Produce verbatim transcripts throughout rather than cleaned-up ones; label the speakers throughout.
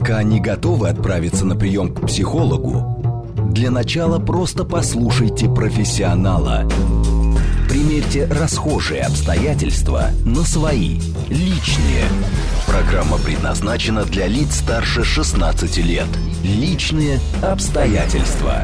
Speaker 1: Пока не готовы отправиться на прием к психологу, для начала просто послушайте профессионала. Примерьте расхожие обстоятельства на свои, личные. Программа предназначена для лиц старше шестнадцати лет. Личные обстоятельства.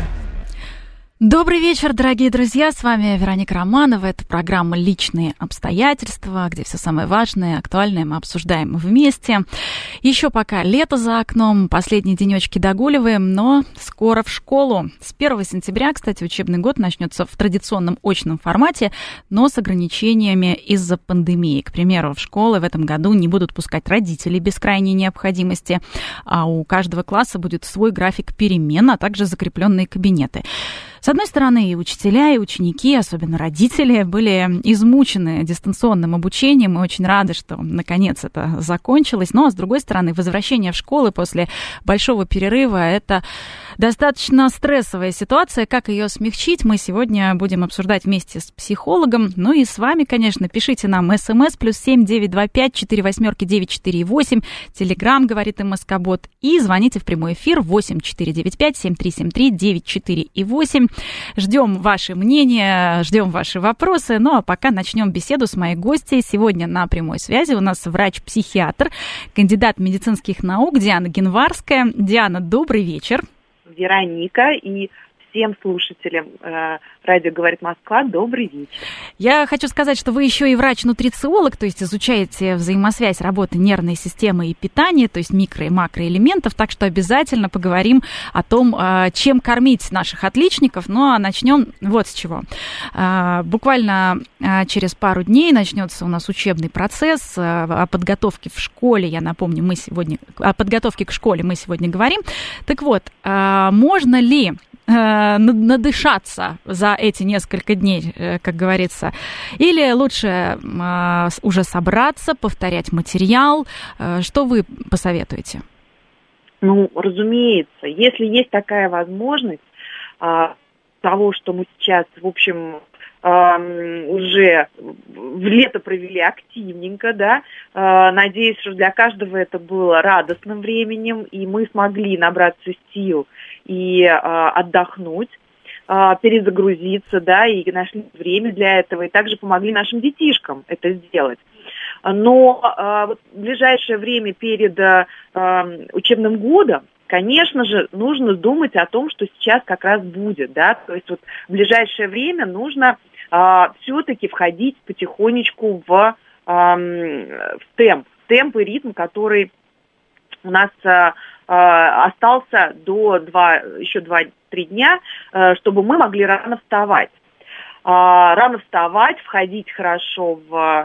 Speaker 2: Добрый вечер, дорогие друзья, с вами Вероника Романова. Это программа «Личные обстоятельства», где все самое важное, актуальное мы обсуждаем вместе. Еще пока лето за окном, последние денечки догуливаем, но скоро в школу. С первого сентября, кстати, учебный год начнется в традиционном очном формате, но с ограничениями из-за пандемии. К примеру, в школы в этом году не будут пускать родителей без крайней необходимости, а у каждого класса будет свой график перемен, а также закрепленные кабинеты. С одной стороны, и учителя, и ученики, особенно родители, были измучены дистанционным обучением. Мы очень рады, что наконец это закончилось. Ну а с другой стороны, возвращение в школы после большого перерыва – это достаточно стрессовая ситуация. Как ее смягчить, мы сегодня будем обсуждать вместе с психологом. Ну и с вами, конечно, пишите нам смс плюс семь девять два пять четыре восьмерки девять четыре восемь, телеграм, говорит МСК-бот, и звоните в прямой эфир восемь четыре девять пять семь три семь три девять четыре восемь. Ждем ваши мнения, ждем ваши вопросы. Ну а пока начнем беседу с моей гостьей. Сегодня на прямой связи у нас врач-психиатр, кандидат медицинских наук Диана Генварская. Диана, добрый вечер.
Speaker 3: Вероника и всем слушателям э, радио «Говорит Москва» добрый вечер.
Speaker 2: Я хочу сказать, что вы еще и врач-нутрициолог, то есть изучаете взаимосвязь работы нервной системы и питания, то есть микро- и макроэлементов, так что обязательно поговорим о том, э, чем кормить наших отличников. Ну а начнем вот с чего. Э, буквально э, через пару дней начнется у нас учебный процесс. Э, о подготовке в школе, я напомню, мы сегодня о подготовке к школе мы сегодня говорим. Так вот, э, можно ли надышаться за эти несколько дней, как говорится, или лучше э, уже собраться, повторять материал? Что вы посоветуете?
Speaker 3: Ну, разумеется, если есть такая возможность э, того, что мы сейчас, в общем, э, уже в лето провели активненько, да, э, надеюсь, что для каждого это было радостным временем, и мы смогли набраться сил и э, отдохнуть, э, перезагрузиться, да, и нашли время для этого, и также помогли нашим детишкам это сделать. Но э, вот в ближайшее время перед э, учебным годом, конечно же, нужно думать о том, что сейчас как раз будет, да, то есть вот в ближайшее время нужно э, все-таки входить потихонечку в, э, в темп, темп и ритм, который у нас э, остался до два, еще два-три дня, чтобы мы могли рано вставать. Рано вставать, входить хорошо в,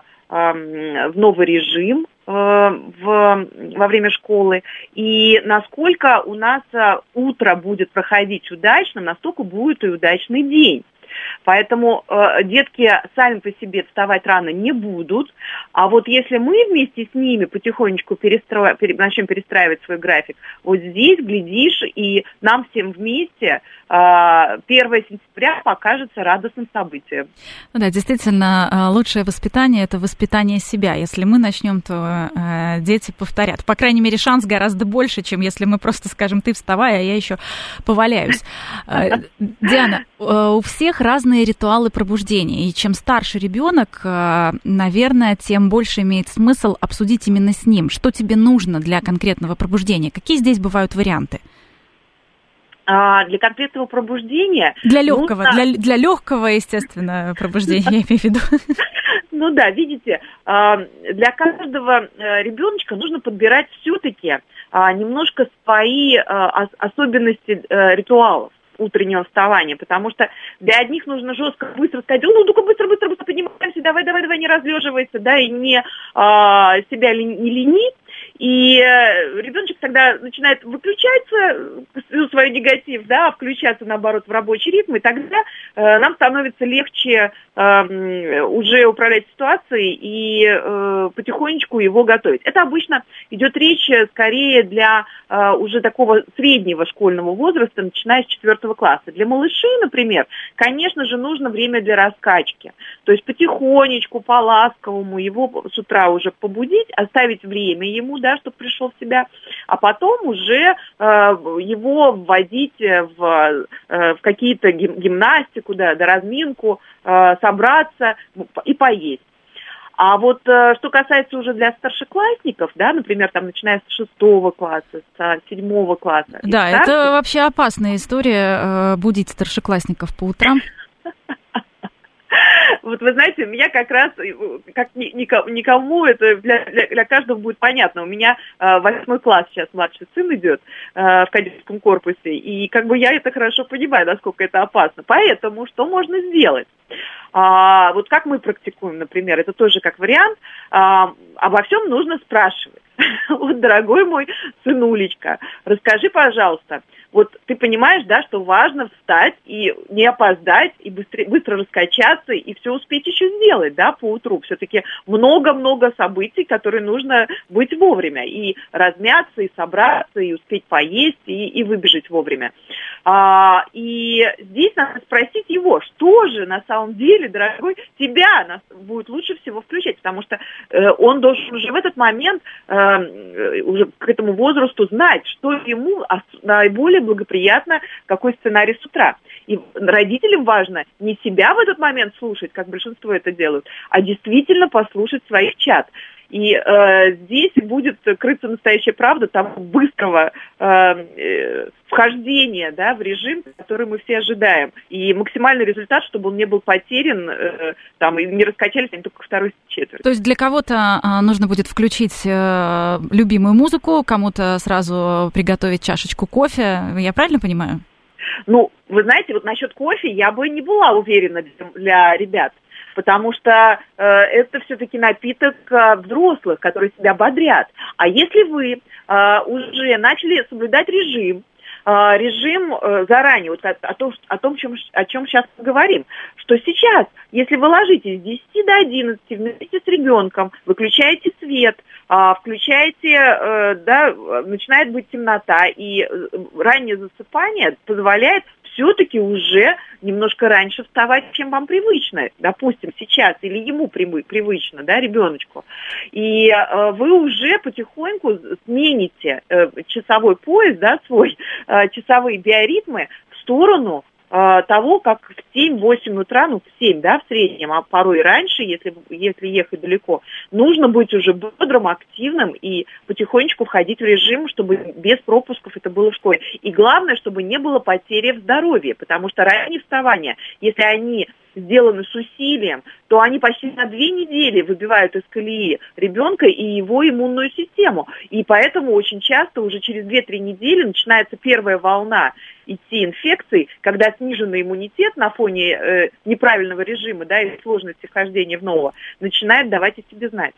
Speaker 3: в новый режим в, во время школы. И насколько у нас утро будет проходить удачно, настолько будет и удачный день. Поэтому э, детки сами по себе вставать рано не будут, а вот если мы вместе с ними потихонечку перестро... пере... начнем перестраивать свой график, вот здесь, глядишь, и нам всем вместе э, первое сентября покажется радостным событием.
Speaker 2: Ну да, действительно, лучшее воспитание – это воспитание себя. Если мы начнем, то э, дети повторят. По крайней мере, шанс гораздо больше, чем если мы просто скажем: ты вставай, а я еще поваляюсь. Диана, у всех разные ритуалы пробуждения, и чем старше ребенок, наверное, тем больше имеет смысл обсудить именно с ним, что тебе нужно для конкретного пробуждения. Какие здесь бывают варианты?
Speaker 3: А, для конкретного пробуждения...
Speaker 2: Для легкого, нужно... для, для легкого, естественно, пробуждения, я имею в виду.
Speaker 3: Ну да, видите, для каждого ребеночка нужно подбирать все-таки немножко свои особенности ритуалов утреннего вставания, потому что для одних нужно жестко, быстро сказать: ну, ну-ка, быстро, быстро, быстро поднимаемся, давай, давай, давай, не разлеживайся, да, и не а, себя ли, не лени. И ребеночек тогда начинает выключаться, свой негатив, да, включаться, наоборот, в рабочий ритм, и тогда э, нам становится легче э, уже управлять ситуацией и э, потихонечку его готовить. Это обычно идет речь скорее для э, уже такого среднего школьного возраста, начиная с четвертого класса. Для малышей, например, конечно же, нужно время для раскачки. То есть потихонечку, по-ласковому его с утра уже побудить, оставить время ему, да, чтобы пришел в себя, а потом уже э, его вводить в, э, в какие-то гим- гимнастику, да, да, разминку, э, собраться и поесть. А вот э, что касается уже для старшеклассников, да, например, там, начиная с шестого класса, с седьмого класса.
Speaker 2: Да,
Speaker 3: старше,
Speaker 2: это вообще опасная история, э, будить старшеклассников по утрам.
Speaker 3: Вот вы знаете, у меня как раз, как никому, это для, для, для каждого будет понятно. У меня э, восьмой класс сейчас младший сын идет э, в кадетском корпусе, и как бы я это хорошо понимаю, насколько это опасно. Поэтому что можно сделать? А, вот как мы практикуем, например, это тоже как вариант, а, обо всем нужно спрашивать. Вот, дорогой мой сынулечка, расскажи, пожалуйста, вот ты понимаешь, да, что важно встать и не опоздать, и быстро, быстро раскачаться, и все успеть еще сделать, да, по утру. Все-таки много-много событий, которые нужно быть вовремя, и размяться, и собраться, и успеть поесть, и, и выбежать вовремя. А, и здесь надо спросить его, что же на самом деле, дорогой, тебя нас будет лучше всего включать, потому что э, он должен уже в этот момент, э, уже к этому возрасту знать, что ему наиболее благоприятно, какой сценарий с утра. И родителям важно не себя в этот момент слушать, как большинство это делают, а действительно послушать своих чад. И э, здесь будет крыться настоящая правда того быстрого э, э, вхождения, да, в режим, который мы все ожидаем. И максимальный результат, чтобы он не был потерян, э, там, и не раскачались они только второй четверти.
Speaker 2: То есть для кого-то э, нужно будет включить э, любимую музыку, кому-то сразу приготовить чашечку кофе. Я правильно понимаю?
Speaker 3: Ну, вы знаете, вот насчет кофе я бы не была уверена для ребят. Потому что э, это все-таки напиток э, взрослых, которые себя бодрят. А если вы э, уже начали соблюдать режим, э, режим э, заранее, вот о, о том, о том чем, о чем сейчас мы говорим, что сейчас, если вы ложитесь с десяти до одиннадцати вместе с ребенком, выключаете свет, э, включаете, э, да, начинает быть темнота, и раннее засыпание позволяет все-таки уже немножко раньше вставать, чем вам привычно, допустим, сейчас, или ему привычно, да, ребеночку. И э, вы уже потихоньку смените э, часовой пояс, да, свой, э, часовые биоритмы в сторону э, того, как в семь-восемь утра, ну, в семь, да, в среднем, а порой и раньше, если, если ехать далеко, нужно быть уже бодрым, активным и потихонечку входить в режим, чтобы без пропусков это было в школе. И главное, чтобы не было потери в здоровье, потому что ранние вставания, если они сделаны с усилием, то они почти на две недели выбивают из колеи ребенка и его иммунную систему. И поэтому очень часто уже через две-три недели начинается первая волна идти инфекций, когда сниженный иммунитет на фоне э, неправильного режима, да, и сложности вхождения в нового начинает давать о себе знать.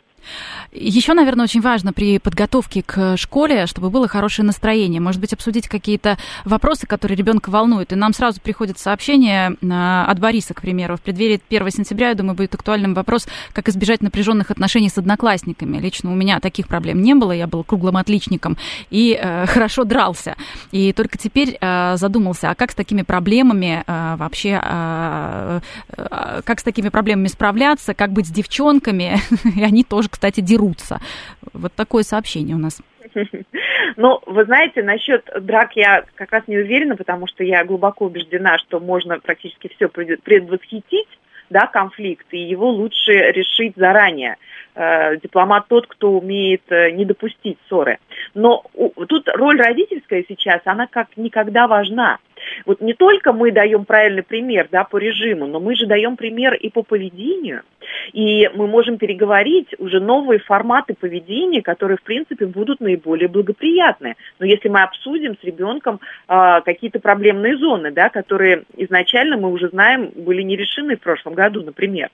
Speaker 2: Еще, наверное, очень важно при подготовке к школе, чтобы было хорошее настроение. Может быть, обсудить какие-то вопросы, которые ребенка волнуют. И нам сразу приходит сообщение от Бориса, к примеру. В преддверии первого сентября, я думаю, будет актуальным вопрос, как избежать напряженных отношений с одноклассниками. Лично у меня таких проблем не было. Я был круглым отличником и э, хорошо дрался. И только теперь э, задумался, а как с такими проблемами э, вообще, э, э, как с такими проблемами справляться, как быть с девчонками, и они тоже, кстати, дерутся. Вот такое сообщение у нас.
Speaker 3: Ну, вы знаете, насчет драк я как раз не уверена, потому что я глубоко убеждена, что можно практически все предвосхитить, да, конфликт, и его лучше решить заранее. Дипломат тот, кто умеет не допустить ссоры. Но тут роль родительская сейчас, она как никогда важна. Вот не только мы даем правильный пример, да, по режиму, но мы же даем пример и по поведению. И мы можем переговорить уже новые форматы поведения, которые, в принципе, будут наиболее благоприятны. Но если мы обсудим с ребенком э, какие-то проблемные зоны, да, которые изначально, мы уже знаем, были не решены в прошлом году, например.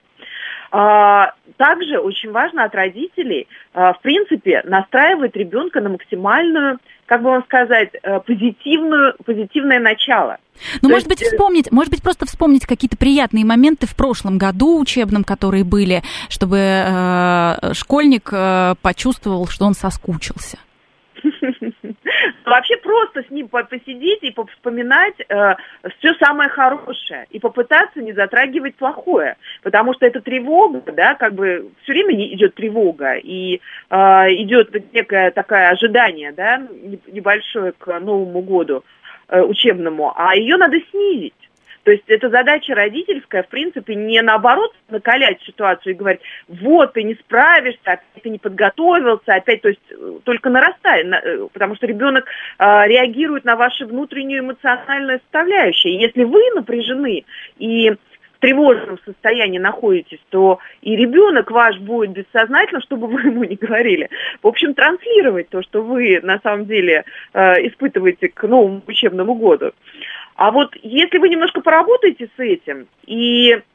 Speaker 3: Также очень важно от родителей, в принципе, настраивать ребенка на максимальную, как бы вам сказать, позитивную, позитивное начало.
Speaker 2: Ну, может быть, вспомнить, может быть, просто вспомнить какие-то приятные моменты в прошлом году учебном, которые были, чтобы э, школьник э, почувствовал, что он соскучился.
Speaker 3: Вообще просто с ним посидеть и вспоминать э, все самое хорошее и попытаться не затрагивать плохое, потому что это тревога, да, как бы все время идет тревога и э, идет некое такое ожидание, да, небольшое к Новому году э, учебному, а ее надо снизить. То есть это задача родительская, в принципе, не наоборот накалять ситуацию и говорить, вот, ты не справишься, опять ты не подготовился, опять, то есть только нарастает, потому что ребенок а, реагирует на вашу внутреннюю эмоциональную составляющую. Если вы напряжены и в тревожном состоянии находитесь, то и ребенок ваш будет бессознательно, чтобы вы ему не говорили, в общем, транслировать то, что вы на самом деле а, испытываете к новому учебному году. А вот если вы немножко поработаете с этим и э,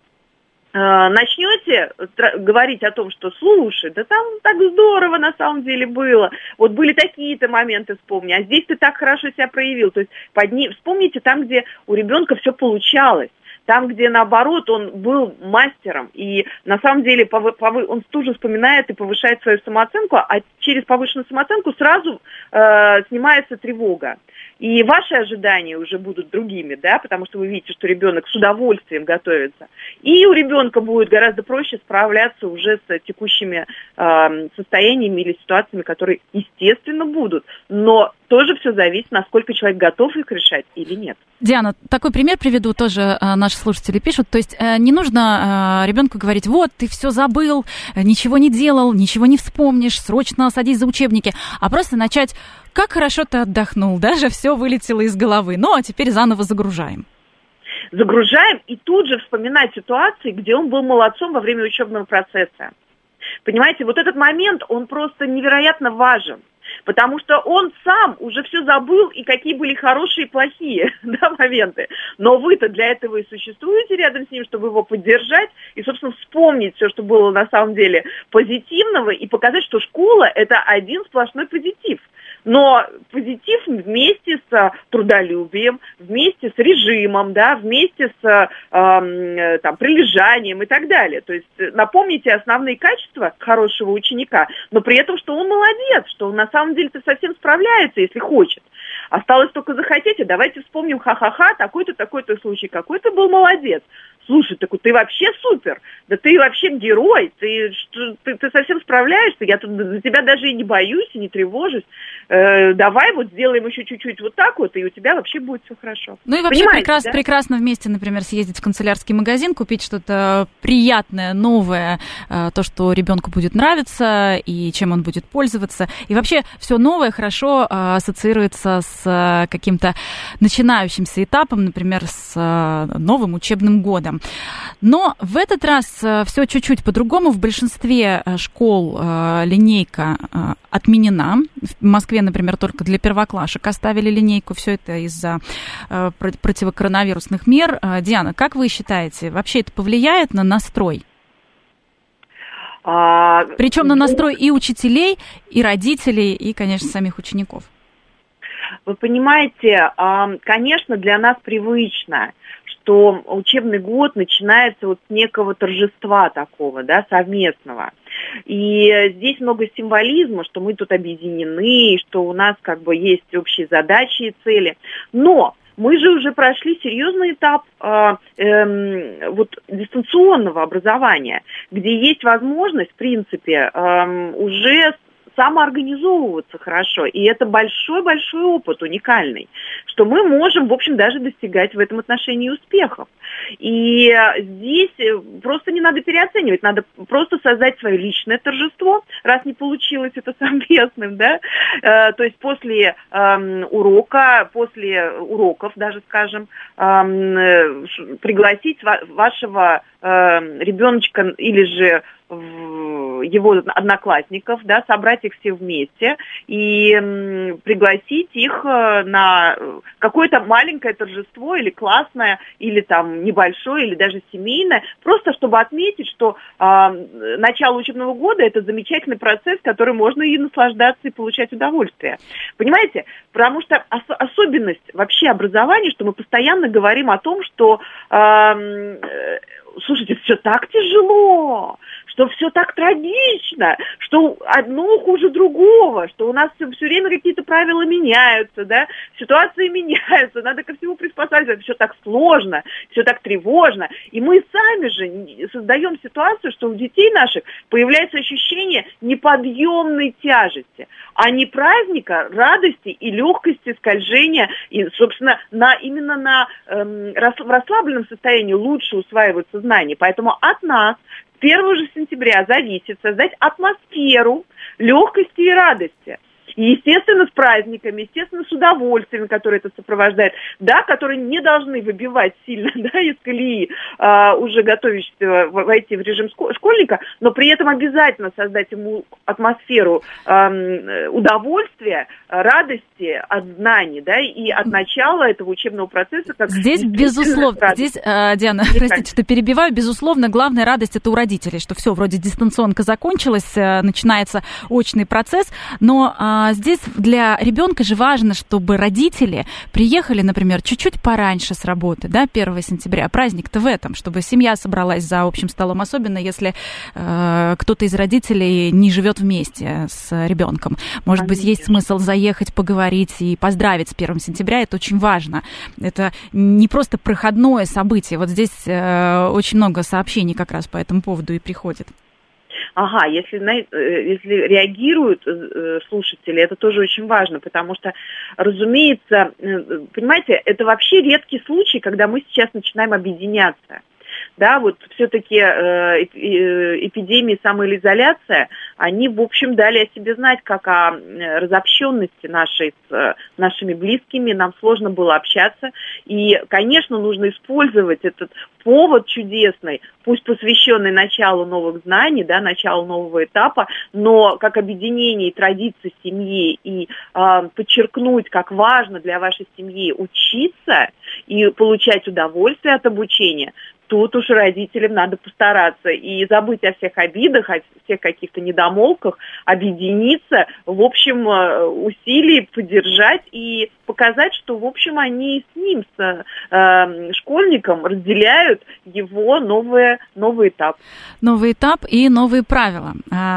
Speaker 3: начнете тр- говорить о том, что слушай, да там так здорово на самом деле было, вот были такие-то моменты, вспомни, а здесь ты так хорошо себя проявил, то есть подни- вспомните там, где у ребенка все получалось. Там, где, наоборот, он был мастером, и на самом деле повы- повы- он тут же вспоминает и повышает свою самооценку, а через повышенную самооценку сразу э, снимается тревога. И ваши ожидания уже будут другими, да, потому что вы видите, что ребенок с удовольствием готовится. И у ребенка будет гораздо проще справляться уже с текущими э, состояниями или ситуациями, которые, естественно, будут. Но тоже все зависит, насколько человек готов их решать или нет.
Speaker 2: Диана, такой пример приведу, тоже э, наши слушатели пишут. То есть э, не нужно э, ребенку говорить, вот, ты все забыл, ничего не делал, ничего не вспомнишь, срочно садись за учебники, а просто начать, как хорошо ты отдохнул, даже все вылетело из головы. Ну, а теперь заново загружаем.
Speaker 3: Загружаем и тут же вспоминать ситуации, где он был молодцом во время учебного процесса. Понимаете, вот этот момент, он просто невероятно важен. Потому что он сам уже все забыл, и какие были хорошие и плохие, да, моменты. Но вы-то для этого и существуете рядом с ним, чтобы его поддержать и, собственно, вспомнить все, что было на самом деле позитивного, и показать, что школа – это один сплошной позитив. Но позитив вместе с трудолюбием, вместе с режимом, да, вместе с э, там, прилежанием и так далее. То есть напомните основные качества хорошего ученика, но при этом, что он молодец, что он на самом деле-то совсем справляется, если хочет. Осталось только захотеть, и давайте вспомним, ха-ха-ха, такой-то, такой-то случай, какой ты был молодец. Слушай, так ты вообще супер, да ты вообще герой, ты, ты, ты совсем справляешься, я тут за тебя даже и не боюсь, и не тревожусь. Э, давай вот сделаем еще чуть-чуть вот так вот, и у тебя вообще будет все хорошо.
Speaker 2: Ну и вообще прекрас, да? прекрасно вместе, например, съездить в канцелярский магазин, купить что-то приятное, новое, то, что ребенку будет нравиться и чем он будет пользоваться. И вообще все новое хорошо ассоциируется с каким-то начинающимся этапом, например, с новым учебным годом. Но в этот раз все чуть-чуть по-другому. В большинстве школ линейка отменена. В Москве, например, только для первоклашек оставили линейку. Все это из-за противокоронавирусных мер. Диана, как вы считаете, вообще это повлияет на настрой? А, Причем на настрой и учителей, и родителей, и, конечно, самих учеников.
Speaker 3: Вы понимаете, конечно, для нас привычно, что учебный год начинается вот с некого торжества такого, да, совместного. И здесь много символизма, что мы тут объединены, что у нас как бы есть общие задачи и цели. Но мы же уже прошли серьезный этап э, э, вот, дистанционного образования, где есть возможность, в принципе, э, уже самоорганизовываться хорошо. И это большой-большой опыт, уникальный, что мы можем, в общем, даже достигать в этом отношении успехов. И здесь просто не надо переоценивать, надо просто создать свое личное торжество, раз не получилось это совместным, да, э, то есть после э, урока, после уроков даже, скажем, э, пригласить ва- вашего э, ребеночка или же его одноклассников, да, собрать их все вместе и м, пригласить их на какое-то маленькое торжество или классное, или там небольшое, или даже семейное, просто чтобы отметить, что э, начало учебного года – это замечательный процесс, который можно и наслаждаться, и получать удовольствие. Понимаете? Потому что ос- особенность вообще образования, что мы постоянно говорим о том, что э, слушайте, все так тяжело, что что все так трагично, что одно хуже другого, что у нас все, все время какие-то правила меняются, да, ситуации меняются, надо ко всему приспосабливаться, все так сложно, все так тревожно. И мы сами же создаем ситуацию, что у детей наших появляется ощущение неподъемной тяжести, а не праздника, радости и легкости скольжения, и, собственно, на, именно на эм, в расслабленном состоянии лучше усваиваются знания. Поэтому от нас с первого же сентября зависит создать атмосферу легкости и радости. И, естественно, с праздниками, естественно, с удовольствием, которое это сопровождает, да, которые не должны выбивать сильно, да, из колеи, а, уже готовящегося войти в режим школьника, но при этом обязательно создать ему атмосферу а, удовольствия, радости от знаний, да, и от начала этого учебного процесса. Как
Speaker 2: здесь, безусловно, здесь, а, Диана, Никак. простите, что перебиваю, безусловно, главная радость это у родителей, что все, вроде дистанционка закончилась, начинается очный процесс, но а, здесь для ребенка же важно, чтобы родители приехали, например, чуть-чуть пораньше с работы, да, первого сентября. Праздник-то в этом, чтобы семья собралась за общим столом, особенно если э, кто-то из родителей не живет вместе с ребенком. Может Конечно. быть, есть смысл заехать, поговорить и поздравить с первого сентября. Это очень важно. Это не просто проходное событие. Вот здесь э, очень много сообщений как раз по этому поводу и приходит.
Speaker 3: Ага, если, если реагируют слушатели, это тоже очень важно, потому что, разумеется, понимаете, это вообще редкий случай, когда мы сейчас начинаем объединяться. Да, вот все-таки э, эпидемия и самоизоляция, они, в общем, дали о себе знать, как о разобщенности нашей с нашими близкими, нам сложно было общаться, и, конечно, нужно использовать этот повод чудесный, пусть посвященный началу новых знаний, да, началу нового этапа, но как объединение традиций семьи и э, подчеркнуть, как важно для вашей семьи учиться и получать удовольствие от обучения. Тут уж родителям надо постараться и забыть о всех обидах, о всех каких-то недомолвках, объединиться, в общем, усилий поддержать и показать, что, в общем, они с ним, с э, школьником, разделяют его новый, новый этап.
Speaker 2: Новый этап и новые правила.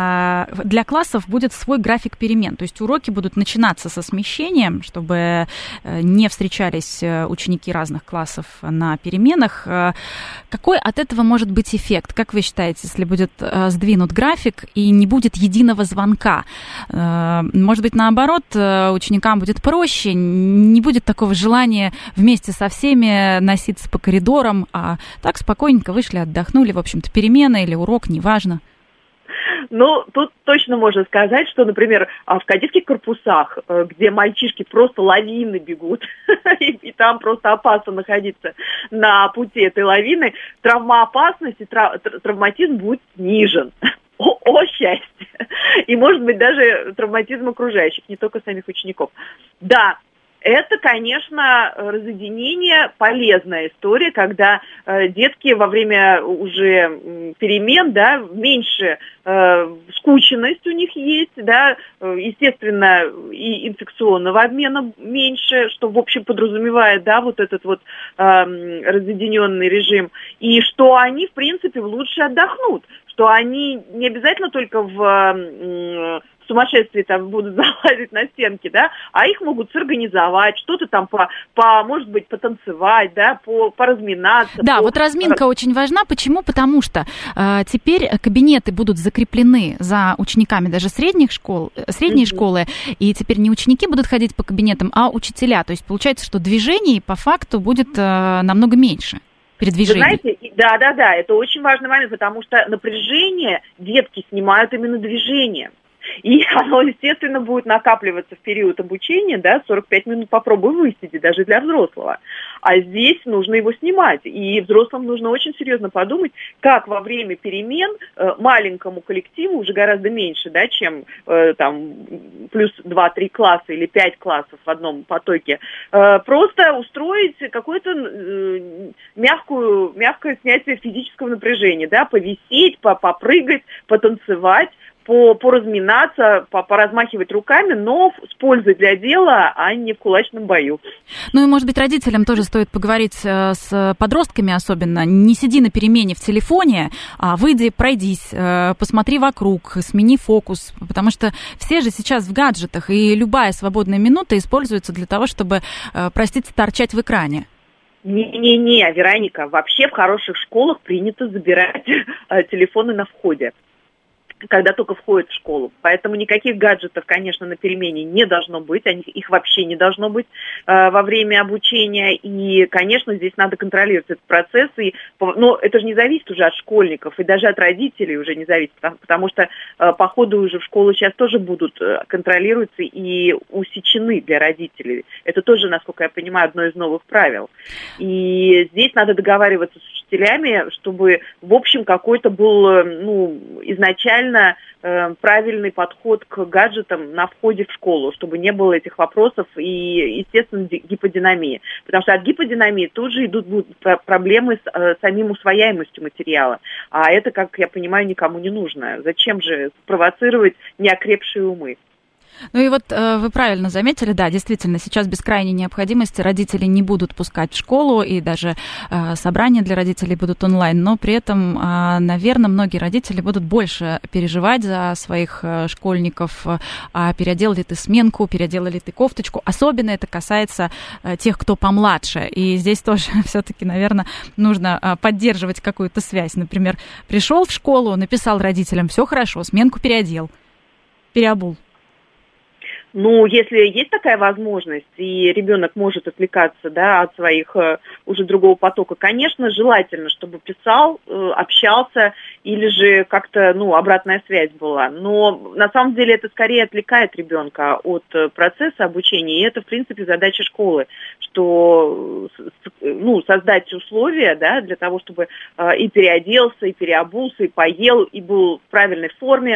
Speaker 2: Для классов будет свой график перемен, то есть уроки будут начинаться со смещением, чтобы не встречались ученики разных классов на переменах. Какой от этого может быть эффект? Как вы считаете, если будет сдвинут график и не будет единого звонка? Может быть, наоборот, ученикам будет проще, не будет такого желания вместе со всеми носиться по коридорам, а так спокойненько вышли, отдохнули, в общем-то, перемена или урок, неважно.
Speaker 3: Ну, тут точно можно сказать, что, например, в кадетских корпусах, где мальчишки просто лавины бегут, и там просто опасно находиться на пути этой лавины, травмоопасность и травматизм будет снижен. О, о счастье! И, может быть, даже травматизм окружающих, не только самих учеников. Да, это, конечно, разъединение, полезная история, когда э, детки во время уже э, перемен, да, меньше э, скученность у них есть, да, э, естественно, и инфекционного обмена меньше, что, в общем, подразумевает, да, вот этот вот э, разъединенный режим, и что они, в принципе, лучше отдохнут, что они не обязательно только в... Э, сумасшествие там будут залазить на стенки, да, а их могут сорганизовать, что-то там, по, по, может быть, потанцевать, да, по, поразминаться.
Speaker 2: Да,
Speaker 3: по...
Speaker 2: вот разминка очень важна. Почему? Потому что э, теперь кабинеты будут закреплены за учениками даже средних школ, средней mm-hmm. школы, и теперь не ученики будут ходить по кабинетам, а учителя. То есть получается, что движений по факту будет э, намного меньше. Передвижение.
Speaker 3: Вы знаете, да, да, да, это очень важный момент, потому что напряжение детки снимают именно движением. И оно, естественно, будет накапливаться в период обучения, да, сорок пять минут попробуй высидеть, даже для взрослого. А здесь нужно его снимать. И взрослым нужно очень серьезно подумать, как во время перемен э, маленькому коллективу, уже гораздо меньше, да, чем э, там плюс два-три класса или пять классов в одном потоке, э, просто устроить какое-то э, мягкую, мягкое снятие физического напряжения, да, повисеть, попрыгать, потанцевать, по, поразминаться, по, поразмахивать руками, но с пользой для дела, а не в кулачном бою.
Speaker 2: Ну и, может быть, родителям тоже стоит поговорить с подростками особенно. Не сиди на перемене в телефоне, а выйди, пройдись, посмотри вокруг, смени фокус, потому что все же сейчас в гаджетах, и любая свободная минута используется для того, чтобы, простите, торчать в экране.
Speaker 3: Не-не-не, Вероника, вообще в хороших школах принято забирать телефоны на входе, когда только входят в школу. Поэтому никаких гаджетов, конечно, на перемене не должно быть, их вообще не должно быть э, во время обучения. И, конечно, здесь надо контролировать этот процесс. И, но это же не зависит уже от школьников, и даже от родителей уже не зависит, потому, потому что э, походы уже в школу сейчас тоже будут контролироваться и усечены для родителей. Это тоже, насколько я понимаю, одно из новых правил. И здесь надо договариваться с учителями, чтобы, в общем, какой-то был, ну, изначально правильный подход к гаджетам на входе в школу, чтобы не было этих вопросов и, естественно, гиподинамии. Потому что от гиподинамии тут же идут будут проблемы с э, самим усвояемостью материала. А это, как я понимаю, никому не нужно. Зачем же провоцировать неокрепшие умы?
Speaker 2: Ну и вот э, вы правильно заметили, да, действительно, сейчас без крайней необходимости родители не будут пускать в школу, и даже э, собрания для родителей будут онлайн, но при этом, э, наверное, многие родители будут больше переживать за своих э, школьников, э, а переодел ли ты сменку, переодела ли ты кофточку, особенно это касается э, тех, кто помладше, и здесь тоже все-таки, наверное, нужно э, поддерживать какую-то связь, например, пришел в школу, написал родителям, все хорошо, сменку переодел, переобул.
Speaker 3: Ну, если есть такая возможность, и ребенок может отвлекаться, да, от своих э, уже другого потока, конечно, желательно, чтобы писал, э, общался, или же как-то, ну, обратная связь была. Но на самом деле это скорее отвлекает ребенка от э, процесса обучения, и это, в принципе, задача школы, что, ну, создать условия, да, для того, чтобы э, и переоделся, и переобулся, и поел, и был в правильной форме,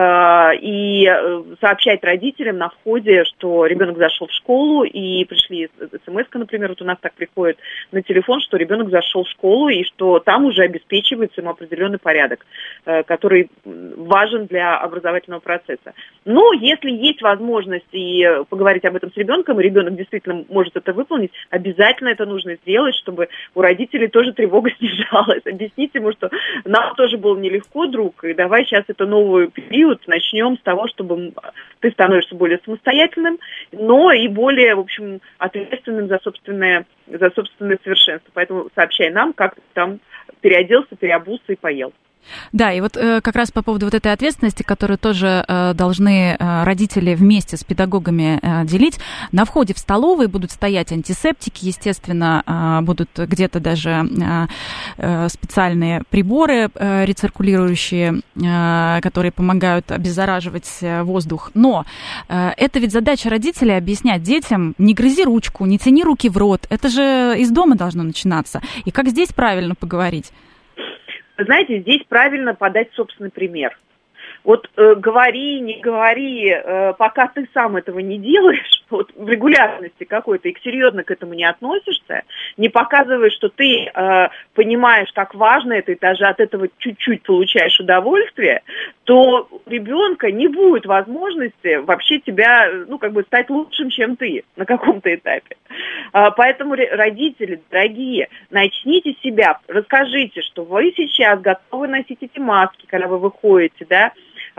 Speaker 3: э, и э, сообщать родителям на входе, что ребенок зашел в школу, и пришли смс-ка, например, вот у нас так приходит на телефон, что ребенок зашел в школу, и что там уже обеспечивается ему определенный порядок, который важен для образовательного процесса. Но если есть возможность и поговорить об этом с ребенком, и ребенок действительно может это выполнить, обязательно это нужно сделать, чтобы у родителей тоже тревога снижалась. Объяснить ему, что нам тоже было нелегко, друг, и давай сейчас это новый период начнем с того, чтобы ты становишься более самостоятельным, но и более, в общем, ответственным за собственное, за собственное совершенство. Поэтому сообщай нам, как ты там переоделся, переобулся и поел.
Speaker 2: Да, и вот э, как раз по поводу вот этой ответственности, которую тоже э, должны э, родители вместе с педагогами э, делить, на входе в столовые будут стоять антисептики, естественно, э, будут где-то даже э, э, специальные приборы э, рециркулирующие, э, которые помогают обеззараживать воздух. Но э, это ведь задача родителей объяснять детям: не грызи ручку, не тяни руки в рот, это же из дома должно начинаться. И как здесь правильно поговорить?
Speaker 3: Вы знаете, здесь правильно подать собственный пример. Вот э, говори, не говори, э, пока ты сам этого не делаешь, вот в регулярности какой-то, и серьезно к этому не относишься, не показываешь, что ты э, понимаешь, как важно это, и даже от этого чуть-чуть получаешь удовольствие, то у ребенка не будет возможности вообще тебя, ну, как бы стать лучшим, чем ты на каком-то этапе. Э, поэтому, родители, дорогие, начните себя, расскажите, что вы сейчас готовы носить эти маски, когда вы выходите, да,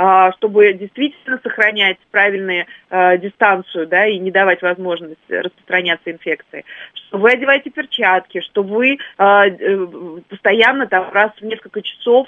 Speaker 3: чтобы действительно сохранять правильную э, дистанцию, да, и не давать возможность распространяться инфекции, что вы одеваете перчатки, что вы э, постоянно там раз в несколько часов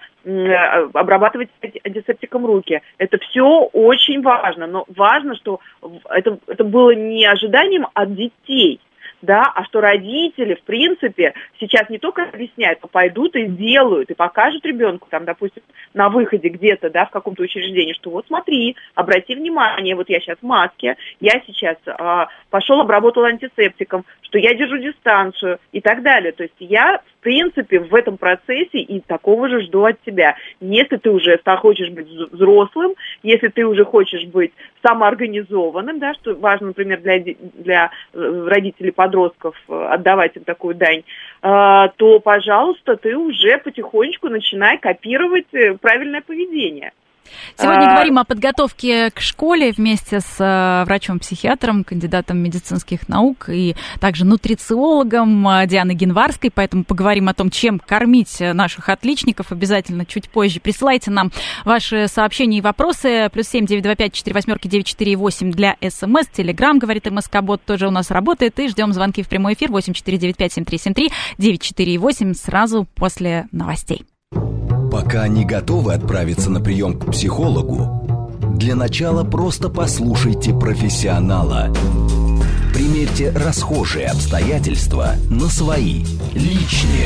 Speaker 3: э, обрабатываете антисептиком руки. Это все очень важно, но важно, что это, это было не ожиданием от детей, да, а что родители, в принципе, сейчас не только объясняют, но пойдут и сделают, и покажут ребенку, там, допустим, на выходе где-то, да, в каком-то учреждении, что вот смотри, обрати внимание, вот я сейчас в маске, я сейчас а, пошел, обработал антисептиком, что я держу дистанцию и так далее. То есть я, в принципе, в этом процессе и такого же жду от тебя. Если ты уже хочешь быть взрослым, если ты уже хочешь быть самоорганизованным, да, что важно, например, для, для родителей подростков отдавать им такую дань, то, пожалуйста, ты уже потихонечку начинай копировать правильное поведение.
Speaker 2: Сегодня а... говорим о подготовке к школе вместе с э, врачом-психиатром, кандидатом медицинских наук и также нутрициологом Дианой Гинварской, поэтому поговорим о том, чем кормить наших отличников обязательно чуть позже. Присылайте нам ваши сообщения и вопросы. Плюс семь девять два пять четыре восьмерки девять четыре восемь для СМС. Телеграм, говорит МСК-бот, тоже у нас работает. И ждем звонки в прямой эфир восемь четыре девять пять семь три семь три девять четыре восемь сразу после новостей.
Speaker 1: Пока не готовы отправиться на прием к психологу, для начала просто послушайте профессионала. Примерьте расхожие обстоятельства на свои, личные.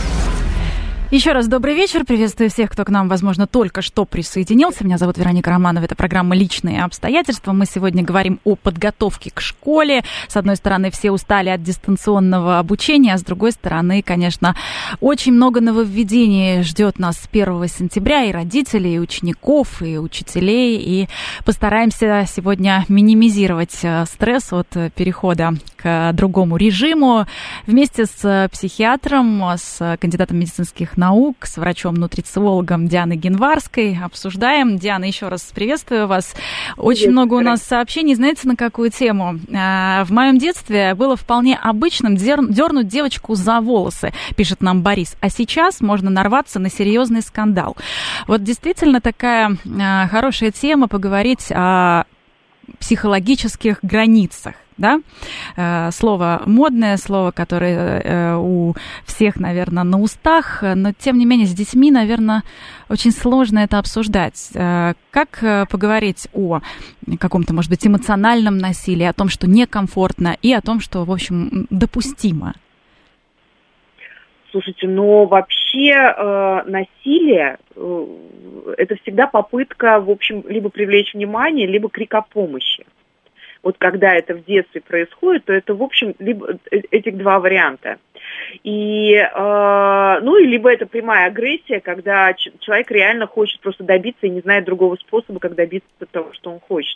Speaker 2: Еще раз добрый вечер. Приветствую всех, кто к нам, возможно, только что присоединился. Меня зовут Вероника Романова. Это программа «Личные обстоятельства». Мы сегодня говорим о подготовке к школе. С одной стороны, все устали от дистанционного обучения, а с другой стороны, конечно, очень много нововведений ждет нас с первого сентября. И родителей, и учеников, и учителей. И постараемся сегодня минимизировать стресс от перехода к другому режиму. Вместе с психиатром, с кандидатом медицинских наук, с врачом-нутрициологом Дианой Гинварской обсуждаем. Диана, еще раз приветствую вас. Очень Привет, много у нас сообщений. Знаете, на какую тему? В моем детстве было вполне обычным дернуть девочку за волосы, пишет нам Борис. А сейчас можно нарваться на серьезный скандал. Вот действительно такая хорошая тема поговорить о психологических границах. Да? Слово модное, слово, которое у всех, наверное, на устах, но, тем не менее, с детьми, наверное, очень сложно это обсуждать. Как поговорить о каком-то, может быть, эмоциональном насилии, о том, что некомфортно, и о том, что, в общем, допустимо?
Speaker 3: Слушайте, но вообще э, насилие э, это всегда попытка, в общем, либо привлечь внимание, либо крик о помощи. Вот когда это в детстве происходит, то это, в общем, либо этих два варианта. И, э, ну, и либо это прямая агрессия, когда ч- человек реально хочет просто добиться и не знает другого способа, как добиться того, что он хочет.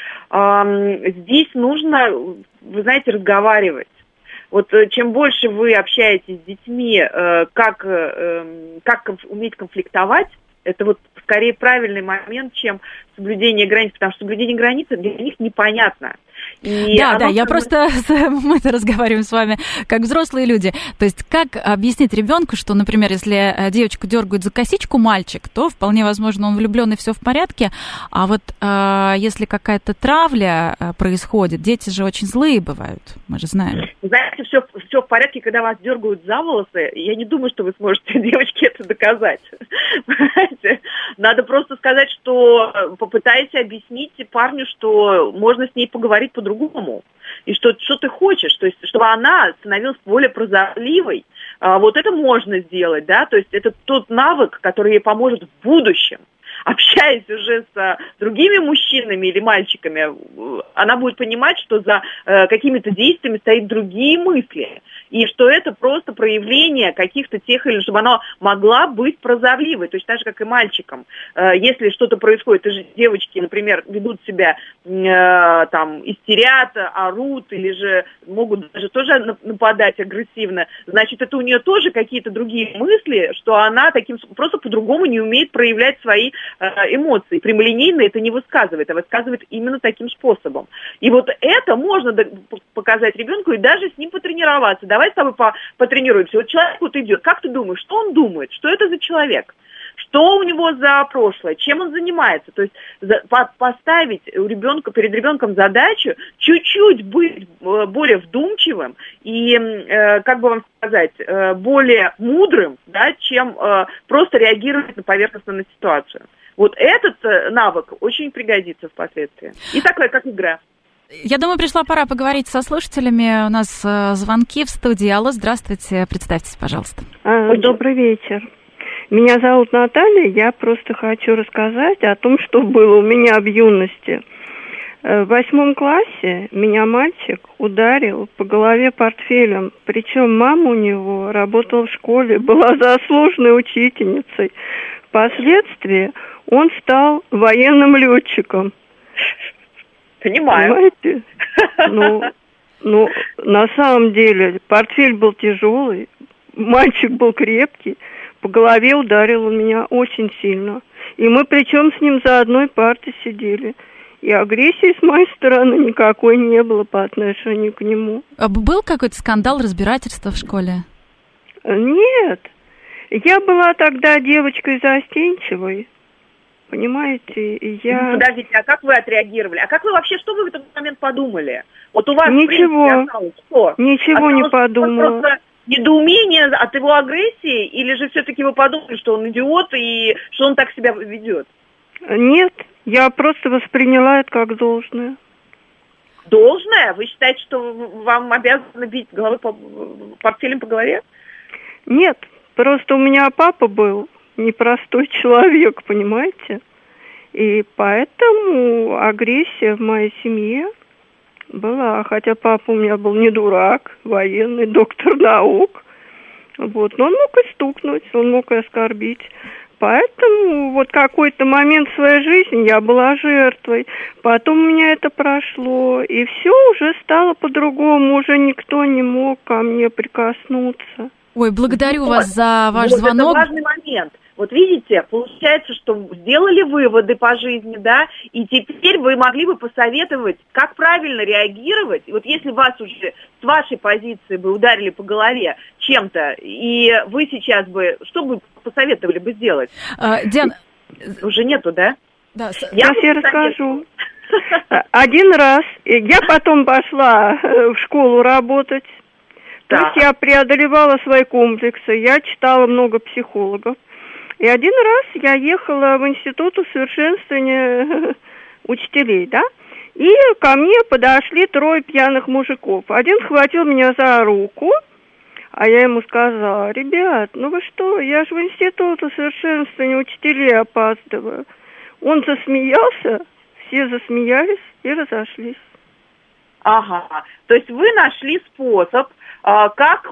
Speaker 3: Э, здесь нужно, вы знаете, разговаривать. Вот чем больше вы общаетесь с детьми, э, как, э, как конф- уметь конфликтовать, это вот скорее правильный момент, чем соблюдение границ, потому что соблюдение границ для них непонятно.
Speaker 2: И да, да, я просто, мы это разговариваем с вами как взрослые люди. То есть как объяснить ребенку, что, например, если девочку дергают за косичку мальчик, то вполне возможно он влюблен и все в порядке, а вот э, если какая-то травля происходит, дети же очень злые бывают, мы же знаем.
Speaker 3: Знаете, все, все в порядке, когда вас дергают за волосы, я не думаю, что вы сможете девочке это доказать. Понимаете? Надо просто сказать, что попытайтесь объяснить парню, что можно с ней поговорить по-другому. И что, что ты хочешь, то есть, чтобы она становилась более прозорливой. А, вот это можно сделать, да, то есть это тот навык, который ей поможет в будущем. Общаясь уже с другими мужчинами или мальчиками, она будет понимать, что за э, какими-то действиями стоят другие мысли. И что это просто проявление каких-то тех, или чтобы она могла быть прозорливой. То есть так же, как и мальчикам. Э, если что-то происходит, и девочки, например, ведут себя, э, там, истерят, орут, или же могут даже тоже нападать агрессивно, значит, это у нее тоже какие-то другие мысли, что она таким просто по-другому не умеет проявлять свои эмоции. Прямолинейно это не высказывает, а высказывает именно таким способом. И вот это можно показать ребенку и даже с ним потренироваться. Давай с тобой потренируемся. Вот человек вот идет, как ты думаешь, что он думает, что это за человек? Что у него за прошлое, чем он занимается. То есть за, по, поставить у ребенка, перед ребенком задачу чуть-чуть быть более вдумчивым и, э, как бы вам сказать, э, более мудрым, да, чем э, просто реагировать на поверхностно на ситуацию. Вот этот э, навык очень пригодится впоследствии. И такая, как игра.
Speaker 2: Я думаю, пришла пора поговорить со слушателями. У нас э, звонки в студии. Алло, здравствуйте. Представьтесь, пожалуйста.
Speaker 4: А, добрый вечер. Меня зовут Наталья, я просто хочу рассказать о том, что было у меня в юности. В восьмом классе меня мальчик ударил по голове портфелем, причем мама у него работала в школе, была заслуженной учительницей. Впоследствии он стал военным летчиком.
Speaker 3: Понимаю.
Speaker 4: Понимаете? Ну, ну, на самом деле, портфель был тяжелый, мальчик был крепкий. По голове ударил он меня очень сильно. И мы причем с ним за одной партой сидели. И агрессии с моей стороны никакой не было по отношению к нему.
Speaker 2: А был какой-то скандал, разбирательство в школе?
Speaker 4: Нет. Я была тогда девочкой застенчивой. Понимаете, я...
Speaker 3: Ну, подождите, а как вы отреагировали? А как вы вообще, что вы в этот момент подумали? Вот у вас,
Speaker 4: ничего,
Speaker 3: в принципе, осталось что?
Speaker 4: Ничего осталось не подумала.
Speaker 3: Просто недоумение от его агрессии, или же все-таки вы подумали, что он идиот и что он так себя ведет?
Speaker 4: Нет, я просто восприняла это как должное.
Speaker 3: Должное? Вы считаете, что вам обязаны бить головой по, портфелем по голове?
Speaker 4: Нет, просто у меня папа был непростой человек, понимаете? И поэтому агрессия в моей семье была. Хотя папа у меня был не дурак, военный, доктор наук. Вот. Но он мог и стукнуть, он мог и оскорбить. Поэтому вот какой-то момент в своей жизни я была жертвой. Потом у меня это прошло. И все уже стало по-другому. Уже никто не мог ко мне прикоснуться.
Speaker 2: Ой, благодарю
Speaker 3: вот.
Speaker 2: вас за ваш
Speaker 3: вот
Speaker 2: звонок.
Speaker 3: Это важный момент. Вот видите, получается, что сделали выводы по жизни, да, и теперь вы могли бы посоветовать, как правильно реагировать. Вот если вас уже с вашей позиции бы ударили по голове чем-то, и вы сейчас бы, что бы посоветовали бы сделать?
Speaker 2: А, Диана...
Speaker 3: Уже нету, да?
Speaker 2: Да.
Speaker 4: Я тебе расскажу. Один раз, я потом пошла в школу работать, то есть я преодолевала свои комплексы, я читала много психологов. И один раз я ехала в институт усовершенствования учителей, да, и ко мне подошли трое пьяных мужиков. Один схватил меня за руку, а я ему сказала: ребят, ну вы что, я же в институт усовершенствования учителей опаздываю. Он засмеялся, все засмеялись и разошлись.
Speaker 3: Ага, то есть вы нашли способ, как,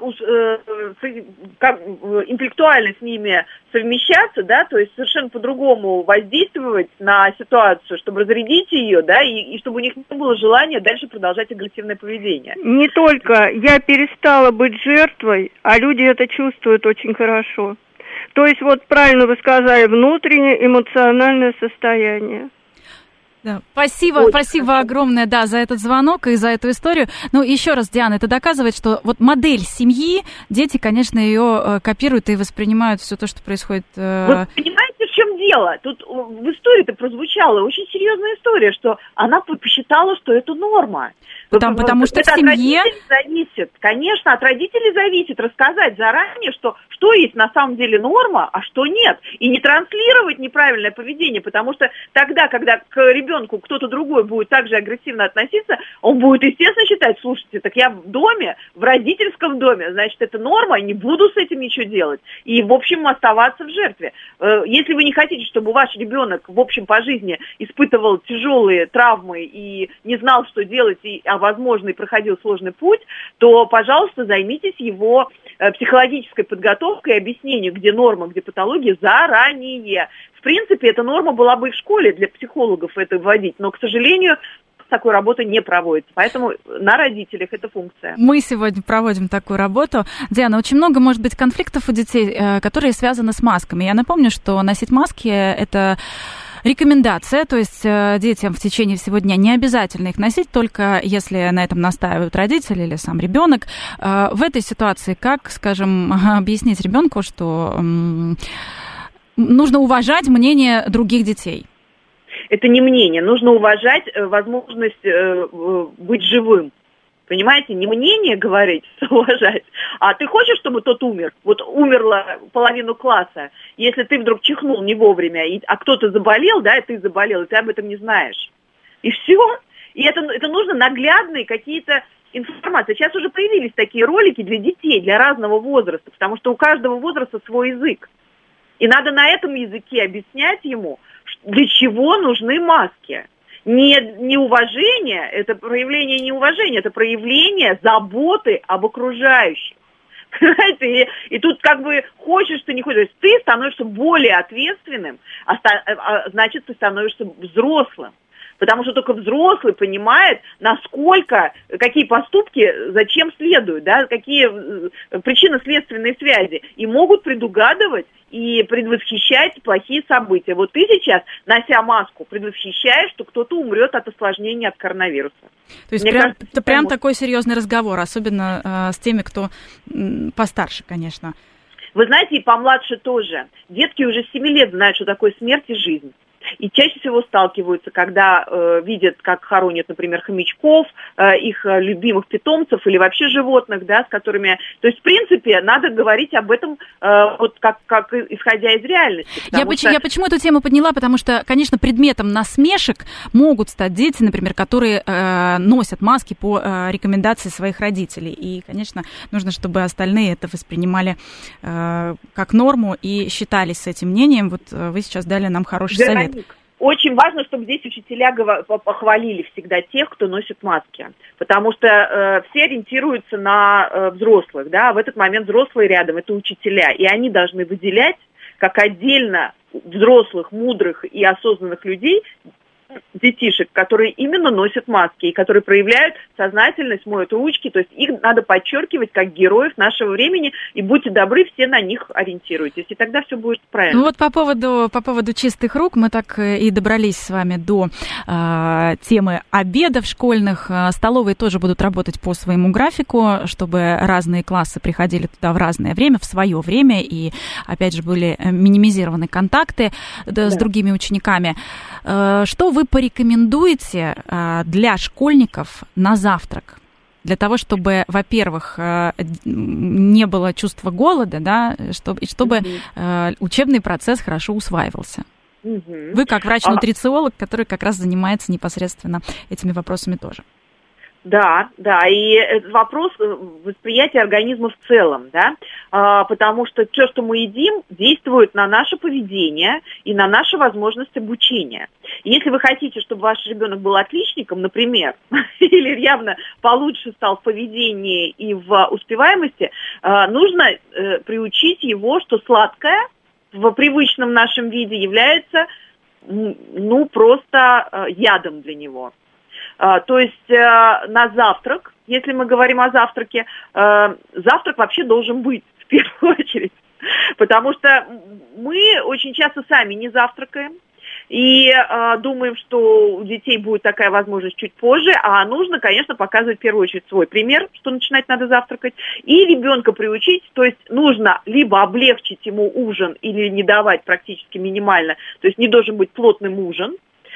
Speaker 3: как интеллектуально с ними совмещаться, да, то есть совершенно по-другому воздействовать на ситуацию, чтобы разрядить ее, да, и, и чтобы у них не было желания дальше продолжать агрессивное поведение.
Speaker 4: Не только я перестала быть жертвой, а люди это чувствуют очень хорошо. То есть вот правильно вы сказали, внутреннее эмоциональное состояние.
Speaker 2: Да, спасибо,
Speaker 3: Очень
Speaker 2: спасибо
Speaker 3: хорошо.
Speaker 2: огромное, да, за этот звонок и за эту историю. Ну, еще раз, Диана, это доказывает, что вот модель семьи, дети, конечно, ее э, копируют и воспринимают все то, что происходит. Э...
Speaker 3: Вы понимаете, в чем дело? Тут в истории-то прозвучала очень серьезная история, что она посчитала, что это норма.
Speaker 2: Потому, потому что
Speaker 3: это
Speaker 2: в семье...
Speaker 3: от родителей зависит. Конечно, от родителей зависит рассказать заранее, что, что есть на самом деле норма, а что нет. И не транслировать неправильное поведение, потому что тогда, когда к ребенку кто-то другой будет так же агрессивно относиться, он будет, естественно, считать: слушайте, так я в доме, в родительском доме, значит, это норма, не буду с этим ничего делать. И, в общем, оставаться в жертве. Если вы не хотите, чтобы ваш ребенок, в общем, по жизни испытывал тяжелые травмы и не знал, что делать, и, а возможно, и проходил сложный путь, то, пожалуйста, займитесь его э, психологической подготовкой и объяснением, где норма, где патология, заранее. В принципе, эта норма была бы и в школе для психологов это вводить, но, к сожалению, такой работы не проводится. Поэтому на родителях эта функция.
Speaker 2: Мы сегодня проводим такую работу. Диана, очень много может быть конфликтов у детей, которые связаны с масками. Я напомню, что носить маски – это рекомендация, то есть детям в течение всего дня не обязательно их носить, только если на этом настаивают родители или сам ребенок. В этой ситуации как, скажем, объяснить ребенку, что нужно уважать мнение других детей?
Speaker 3: Это не мнение, нужно уважать возможность быть живым. Понимаете, не мнение говорить, уважать, а ты хочешь, чтобы тот умер? Вот умерла половину класса, если ты вдруг чихнул не вовремя, и, а кто-то заболел, да, и ты заболел, и ты об этом не знаешь. И все. И это, это нужно наглядные какие-то информации. Сейчас уже появились такие ролики для детей, для разного возраста, потому что у каждого возраста свой язык. И надо на этом языке объяснять ему, для чего нужны маски. Не, не уважение, это проявление неуважения, это проявление заботы об окружающих. Понимаете? И, и тут как бы хочешь ты, не хочешь, ты становишься более ответственным, а, а значит, ты становишься взрослым. Потому что только взрослый понимает, насколько, какие поступки, зачем следуют, да, какие причинно-следственные связи. И могут предугадывать и предвосхищать плохие события. Вот ты сейчас, нося маску, предвосхищаешь, что кто-то умрет от осложнений от коронавируса.
Speaker 2: То есть прям, кажется, это прям такой серьезный разговор, особенно э, с теми, кто м, постарше, конечно.
Speaker 3: Вы знаете, и помладше тоже. Детки уже с семи лет знают, что такое смерть и жизнь. И чаще всего сталкиваются, когда э, видят, как хоронят, например, хомячков, э, их э, любимых питомцев или вообще животных, да, с которыми... То есть, в принципе, надо говорить об этом э, вот как, как исходя из реальности.
Speaker 2: Я, поч- что... я почему эту тему подняла? Потому что, конечно, предметом насмешек могут стать дети, например, которые э, носят маски по э, рекомендации своих родителей. И, конечно, нужно, чтобы остальные это воспринимали э, как норму и считались с этим мнением. Вот э, вы сейчас дали нам хороший
Speaker 3: да,
Speaker 2: совет.
Speaker 3: Очень важно, чтобы здесь учителя похвалили всегда тех, кто носит маски, потому что э, все ориентируются на э, взрослых, да, в этот момент взрослые рядом, это учителя, и они должны выделять как отдельно взрослых, мудрых и осознанных людей, детишек, которые именно носят маски и которые проявляют сознательность, моют ручки, то есть их надо подчеркивать как героев нашего времени, и будьте добры, все на них ориентируйтесь, и тогда все будет правильно.
Speaker 2: Ну вот по поводу, по поводу чистых рук мы так и добрались с вами до э, темы обедов школьных. Столовые тоже будут работать по своему графику, чтобы разные классы приходили туда в разное время, в свое время, и опять же были минимизированы контакты да, с да. другими учениками. Э, что вы порекомендуете э, для школьников на завтрак? Для того, чтобы, во-первых, э, не было чувства голода, да, чтобы, и чтобы э, учебный процесс хорошо усваивался. Угу. Вы как врач-нутрициолог, который как раз занимается непосредственно этими вопросами тоже.
Speaker 3: Да, да, и это вопрос восприятия организма в целом, да, а, потому что все, что мы едим, действует на наше поведение и на нашу возможность обучения. И если вы хотите, чтобы ваш ребенок был отличником, например, или явно получше стал в поведении и в успеваемости, а, нужно а, приучить его, что сладкое в привычном нашем виде является, ну, просто а, ядом для него. То есть на завтрак, если мы говорим о завтраке, завтрак вообще должен быть в первую очередь, потому что мы очень часто сами не завтракаем и думаем, что у детей будет такая возможность чуть позже, а нужно, конечно, показывать в первую очередь свой пример, что начинать надо завтракать, и ребенка приучить, то есть нужно либо облегчить ему ужин или не давать практически минимально, то есть не должен быть плотным ужин.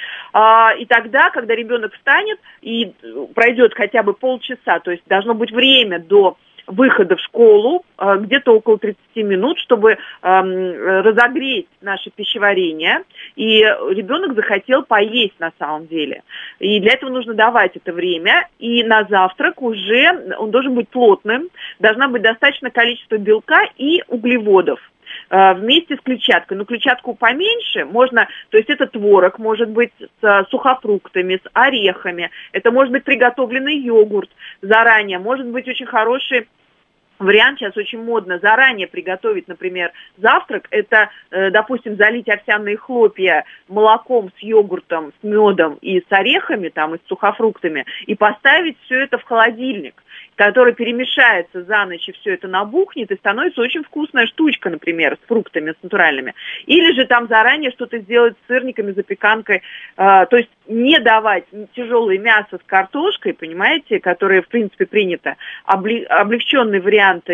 Speaker 3: И тогда, когда ребенок встанет и пройдет хотя бы полчаса, то есть должно быть время до выхода в школу, где-то около тридцати минут, чтобы разогреть наше пищеварение, и ребенок захотел поесть на самом деле. И для этого нужно давать это время, и на завтрак уже он должен быть плотным, должна быть достаточное количество белка и углеводов вместе с клетчаткой. Но клетчатку поменьше можно, то есть это творог, может быть с сухофруктами, с орехами, это может быть приготовленный йогурт заранее, может быть очень хороший вариант, сейчас очень модно, заранее приготовить, например, завтрак, это, допустим, залить овсяные хлопья молоком с йогуртом, с медом и с орехами, там, и с сухофруктами, и поставить все это в холодильник, который перемешается за ночь, и все это набухнет, и становится очень вкусная штучка, например, с фруктами, с натуральными. Или же там заранее что-то сделать с сырниками, запеканкой, э, то есть не давать тяжелое мясо с картошкой, понимаете, которое, в принципе, принято, облегченные варианты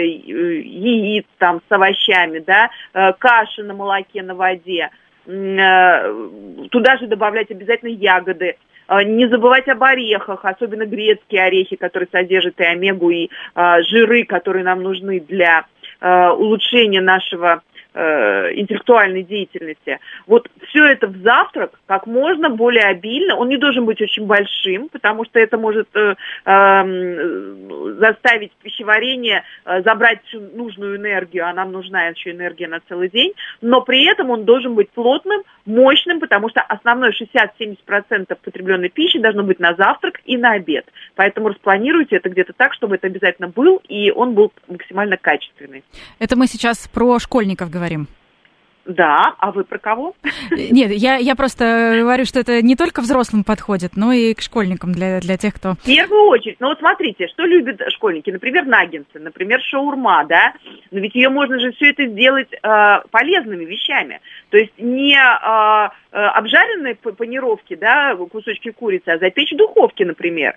Speaker 3: яиц там с овощами, да, э, каши на молоке, на воде, э, туда же добавлять обязательно ягоды. Не забывать об орехах, особенно грецкие орехи, которые содержат и омегу, и э, жиры, которые нам нужны для э, улучшения нашего э, интеллектуальной деятельности. Вот все это в завтрак как можно более обильно. Он не должен быть очень большим, потому что это может э, э, заставить пищеварение э, забрать всю нужную энергию, а нам нужна еще энергия на целый день. Но при этом он должен быть плотным, мощным, потому что основной шестьдесят-семьдесят процентов потребленной пищи должно быть на завтрак и на обед. Поэтому распланируйте это где-то так, чтобы это обязательно был, и он был максимально качественный.
Speaker 2: Это мы сейчас про школьников говорим.
Speaker 3: Да, а вы про кого?
Speaker 2: Нет, я, я просто говорю, что это не только взрослым подходит, но и к школьникам, для, для тех, кто...
Speaker 3: В первую очередь, ну вот смотрите, что любят школьники, например, наггетсы, например, шаурма, да, но ведь ее можно же все это сделать э, полезными вещами, то есть не э, обжаренные панировки, да, кусочки курицы, а запечь в духовке, например.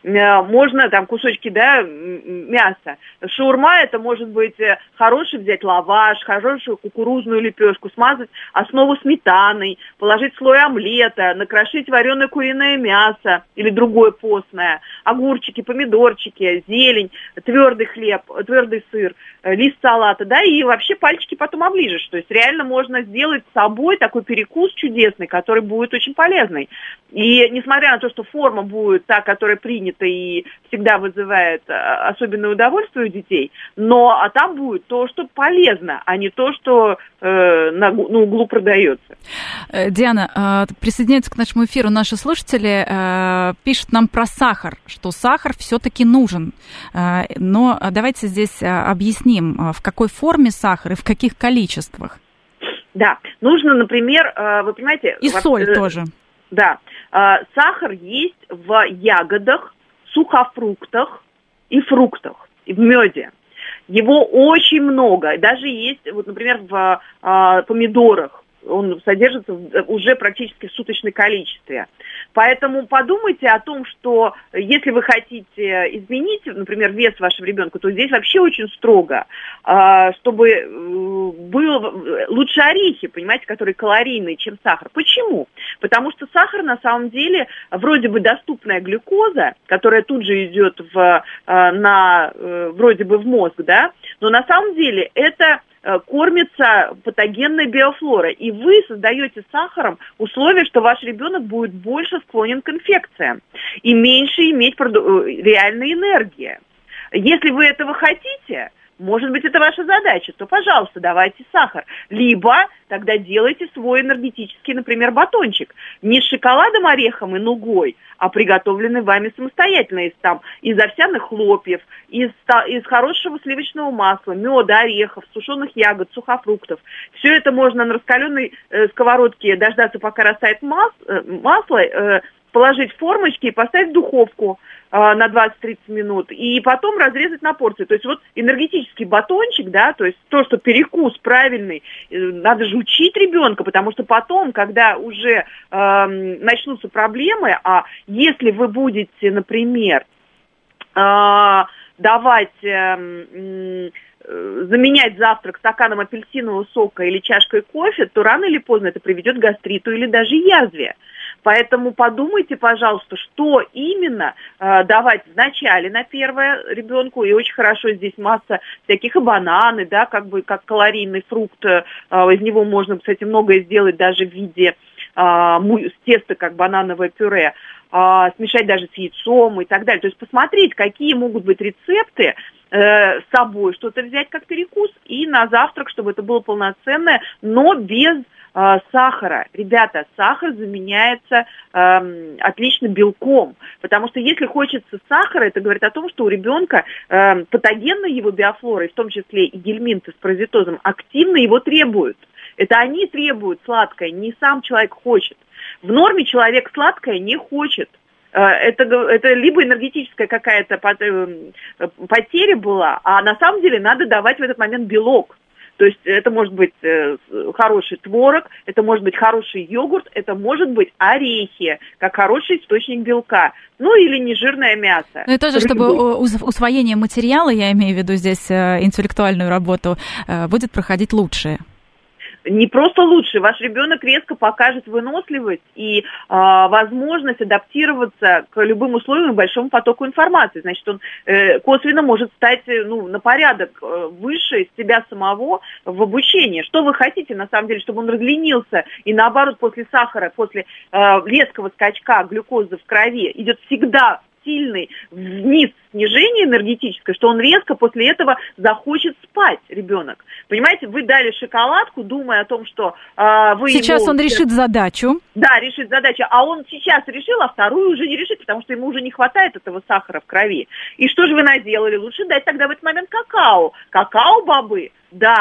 Speaker 3: Можно там кусочки, да, мяса. Шаурма — это может быть хороший взять лаваш, хорошую кукурузную лепешку, смазать основу сметаной, положить слой омлета, накрошить вареное куриное мясо или другое постное, огурчики, помидорчики, зелень, твердый хлеб, твердый сыр, лист салата, да, и вообще пальчики потом оближешь. То есть реально можно сделать с собой такой перекус чудесный, который будет очень полезный. И несмотря на то, что форма будет та, которая принята и всегда вызывает особенное удовольствие у детей, но а там будет то, что полезно, а не то, что э, на, на углу продается.
Speaker 2: Диана, присоединяются к нашему эфиру наши слушатели, пишут нам про сахар, что сахар все-таки нужен. Но давайте здесь объясним, в какой форме сахар и в каких количествах.
Speaker 3: Да, нужно, например, вы понимаете...
Speaker 2: И
Speaker 3: во-
Speaker 2: соль тоже.
Speaker 3: Да, сахар есть в ягодах, сухофруктах и фруктах, и в меде. Его очень много. Даже есть, вот, например, в а, помидорах. Он содержится уже практически в суточном количестве. Поэтому подумайте о том, что если вы хотите изменить, например, вес вашего ребенка, то здесь вообще очень строго, чтобы был лучше орехи, понимаете, которые калорийные, чем сахар. Почему? Потому что сахар на самом деле вроде бы доступная глюкоза, которая тут же идет в, на, вроде бы в мозг, да, но на самом деле это кормится патогенной биофлорой, и вы создаете сахаром условия, что ваш ребенок будет больше склонен к инфекциям и меньше иметь проду- реальной энергии. Если вы этого хотите, может быть, это ваша задача, то, пожалуйста, давайте сахар. Либо тогда делайте свой энергетический, например, батончик. Не с шоколадом, орехом и нугой, а приготовленный вами самостоятельно из, там, из овсяных хлопьев, из, из хорошего сливочного масла, меда, орехов, сушеных ягод, сухофруктов. Все это можно на раскаленной э, сковородке дождаться, пока растает мас, э, масло, э, положить в формочки и поставить в духовку э, на двадцать-тридцать минут, и потом разрезать на порции. То есть вот энергетический батончик, да, то есть то, что перекус правильный, э, надо же учить ребенка, потому что потом, когда уже э, начнутся проблемы, а если вы будете, например, э, давать... Э, э, заменять завтрак стаканом апельсинового сока или чашкой кофе, то рано или поздно это приведет к гастриту или даже язве. Поэтому подумайте, пожалуйста, что именно э, давать вначале на первое ребенку. И очень хорошо здесь масса всяких и бананы, да, как бы как калорийный фрукт. Э, из него можно, кстати, многое сделать даже в виде э, теста, как банановое пюре. Э, смешать даже с яйцом и так далее. То есть посмотреть, какие могут быть рецепты, с собой что-то взять как перекус и на завтрак, чтобы это было полноценное, но без э, сахара. Ребята, сахар заменяется э, отлично белком, потому что если хочется сахара, это говорит о том, что у ребенка э, патогенной его биофлорой, в том числе и гельминты с паразитозом, активно его требуют. Это они требуют сладкое, не сам человек хочет. В норме человек сладкое не хочет. Это, это либо энергетическая какая-то потеря была, а на самом деле надо давать в этот момент белок. То есть это может быть хороший творог, это может быть хороший йогурт, это может быть орехи, как хороший источник белка. Ну или нежирное мясо.
Speaker 2: Ну и тоже, чтобы усвоение материала, я имею в виду здесь интеллектуальную работу, будет проходить лучше.
Speaker 3: Не просто лучше, ваш ребенок резко покажет выносливость и э, возможность адаптироваться к любым условиям и большому потоку информации. Значит, он э, косвенно может стать ну, на порядок э, выше себя самого в обучении. Что вы хотите, на самом деле, чтобы он разленился и наоборот после сахара, после э, резкого скачка глюкозы в крови идет всегда сильный вниз снижение энергетическое, что он резко после этого захочет спать, ребенок. Понимаете, вы дали шоколадку, думая о том, что э, вы
Speaker 2: сейчас
Speaker 3: ему...
Speaker 2: он решит задачу.
Speaker 3: Да, решит задачу, а он сейчас решил, а вторую уже не решит, потому что ему уже не хватает этого сахара в крови. И что же вы наделали? Лучше дать тогда в этот момент какао. Какао-бобы, да,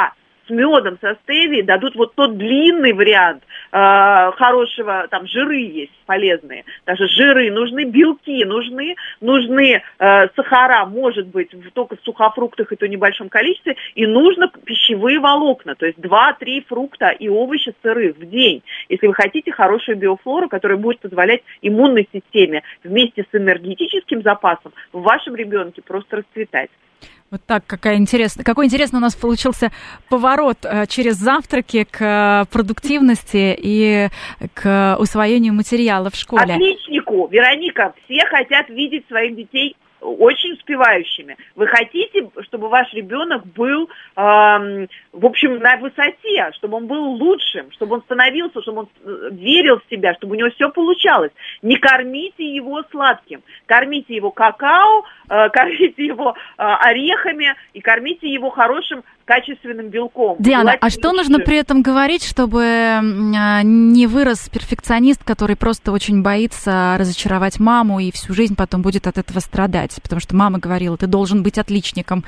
Speaker 3: с медом, со стевией дадут вот тот длинный вариант э, хорошего, там жиры есть полезные, даже жиры нужны, белки нужны, нужны э, сахара, может быть, только в сухофруктах и то в небольшом количестве, и нужно пищевые волокна, то есть два-три фрукта и овощи сырых в день, если вы хотите хорошую биофлору, которая будет позволять иммунной системе вместе с энергетическим запасом в вашем ребенке просто расцветать.
Speaker 2: Вот так, какая интересная, какой интересный у нас получился поворот э, через завтраки к э, продуктивности и к усвоению материала в школе.
Speaker 3: Отличнику, Вероника, все хотят видеть своих детей очень успевающими. Вы хотите, чтобы ваш ребенок был, э, в общем, на высоте, чтобы он был лучшим, чтобы он становился, чтобы он верил в себя, чтобы у него все получалось. Не кормите его сладким, кормите его какао, э, кормите его э, орехами и кормите его хорошим качественным белком.
Speaker 2: Диана, а что нужно при этом говорить, чтобы не вырос перфекционист, который просто очень боится разочаровать маму и всю жизнь потом будет от этого страдать? Потому что мама говорила, ты должен быть отличником.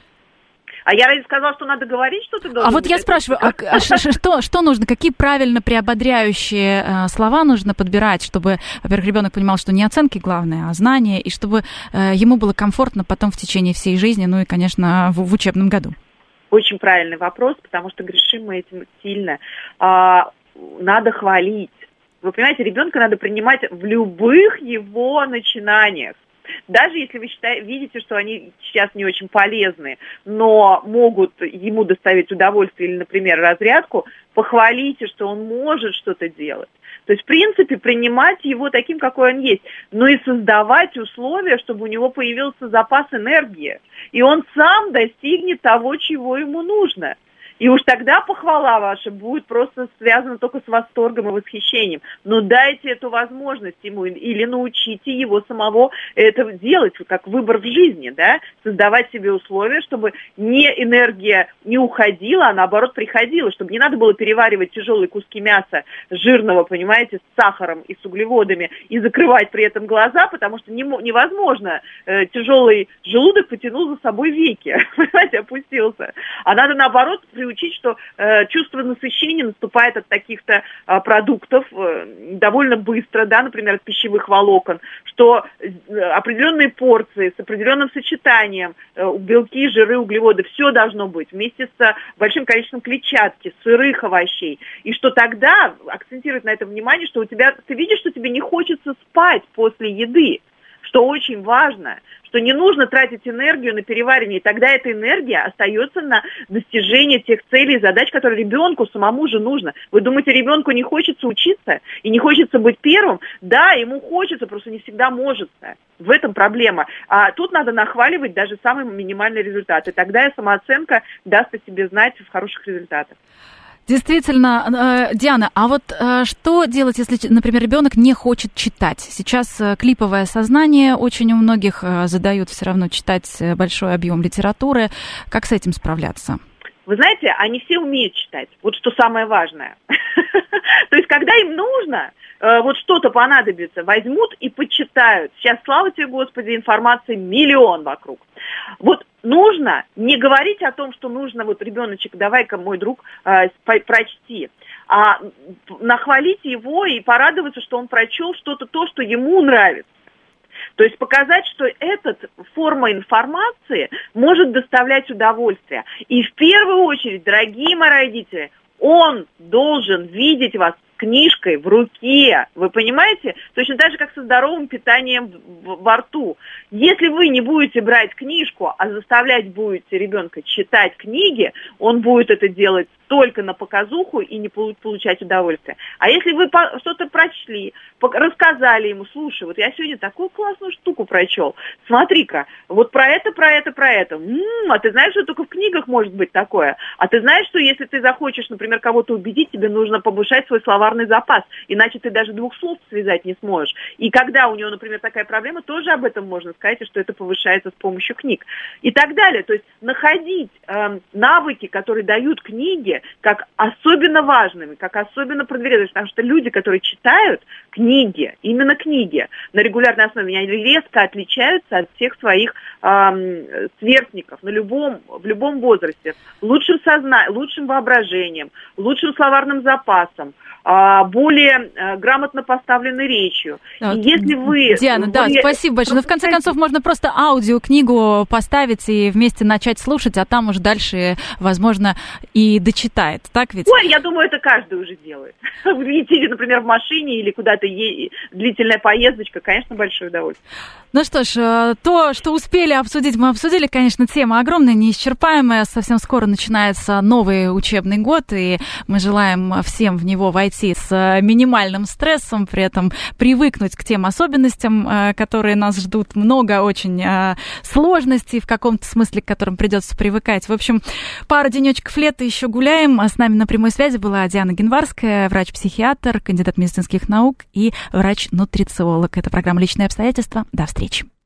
Speaker 3: А я разве сказала, что надо говорить, что ты должен
Speaker 2: А вот
Speaker 3: быть
Speaker 2: я спрашиваю, а, а что, что нужно, какие правильно приободряющие э, слова нужно подбирать, чтобы, во-первых, ребенок понимал, что не оценки главное, а знания, и чтобы э, ему было комфортно потом в течение всей жизни, ну и, конечно, в, в учебном году?
Speaker 3: Очень правильный вопрос, потому что грешим мы этим сильно. А, надо хвалить. Вы понимаете, ребенка надо принимать в любых его начинаниях. Даже если вы считаете, видите, что они сейчас не очень полезны, но могут ему доставить удовольствие или, например, разрядку, похвалите, что он может что-то делать. То есть, в принципе, принимать его таким, какой он есть, но и создавать условия, чтобы у него появился запас энергии, и он сам достигнет того, чего ему нужно. И уж тогда похвала ваша будет просто связана только с восторгом и восхищением. Но дайте эту возможность ему или научите его самого это делать, как выбор в жизни, да, создавать себе условия, чтобы не энергия не уходила, а наоборот приходила, чтобы не надо было переваривать тяжелые куски мяса жирного, понимаете, с сахаром и с углеводами и закрывать при этом глаза, потому что не, невозможно. Э, тяжелый желудок потянул за собой веки, понимаете, опустился. А надо наоборот учить, что э, чувство насыщения наступает от таких-то э, продуктов э, довольно быстро, да, например, от пищевых волокон, что э, определенные порции с определенным сочетанием э, белки, жиры, углеводы, все должно быть вместе с большим количеством клетчатки, сырых овощей, и что тогда акцентировать на этом внимание, что у тебя, ты видишь, что тебе не хочется спать после еды, что очень важно, что не нужно тратить энергию на переваривание, и тогда эта энергия остается на достижение тех целей и задач, которые ребенку самому же нужно. Вы думаете, ребенку не хочется учиться и не хочется быть первым? Да, ему хочется, просто не всегда может. В этом проблема. А тут надо нахваливать даже самые минимальные результаты. Тогда и самооценка даст о себе знать в хороших результатах.
Speaker 2: Действительно, Диана, а вот что делать, если, например, ребенок не хочет читать? Сейчас клиповое сознание очень у многих задают все равно читать большой объем литературы. Как с этим справляться?
Speaker 3: Вы знаете, они все умеют читать. Вот что самое важное. То есть, когда им нужно, вот что-то понадобится, возьмут и почитают. Сейчас, слава тебе, Господи, информации миллион вокруг. Вот нужно не говорить о том, что нужно, вот, ребеночек, давай-ка, мой друг, э, прочти, а нахвалить его и порадоваться, что он прочел что-то то, что ему нравится. То есть показать, что эта форма информации может доставлять удовольствие. И в первую очередь, дорогие мои родители, он должен видеть вас книжкой в руке, вы понимаете? Точно так же, как со здоровым питанием во рту. Если вы не будете брать книжку, а заставлять будете ребенка читать книги, он будет это делать только на показуху и не получать удовольствие. А если вы что-то прочли, рассказали ему, слушай, вот я сегодня такую классную штуку прочел, смотри-ка, вот про это, про это, про это. М-м, а ты знаешь, что только в книгах может быть такое? А ты знаешь, что если ты захочешь, например, кого-то убедить, тебе нужно повышать свой словарный словарный запас, иначе ты даже двух слов связать не сможешь. И когда у него, например, такая проблема, тоже об этом можно сказать, что это повышается с помощью книг. И так далее. То есть находить э, навыки, которые дают книги, как особенно важными, как особенно продвигать, потому что люди, которые читают книги, именно книги, на регулярной основе, они резко отличаются от всех своих э, сверстников на любом, в любом возрасте, лучшим сознанием, лучшим воображением, лучшим словарным запасом, более грамотно поставленной речью.
Speaker 2: Да,
Speaker 3: и если вы...
Speaker 2: Диана, вы... да, спасибо большое. Но в конце концов можно просто аудиокнигу поставить и вместе начать слушать, а там уже дальше, возможно, и дочитает. Так ведь?
Speaker 3: Ой, я думаю, это каждый уже делает. Идти, например, в машине или куда-то е... длительная поездочка, конечно, большое удовольствие.
Speaker 2: Ну что ж, то, что успели обсудить, мы обсудили. Конечно, тема огромная, неисчерпаемая. Совсем скоро начинается новый учебный год, и мы желаем всем в него войти с минимальным стрессом, при этом привыкнуть к тем особенностям, которые нас ждут. Много очень сложностей в каком-то смысле, к которым придется привыкать. В общем, пара денечков лета еще гуляем. С нами на прямой связи была Диана Генварская, врач-психиатр, кандидат медицинских наук и врач-нутрициолог. Это программа «Личные обстоятельства». До встречи.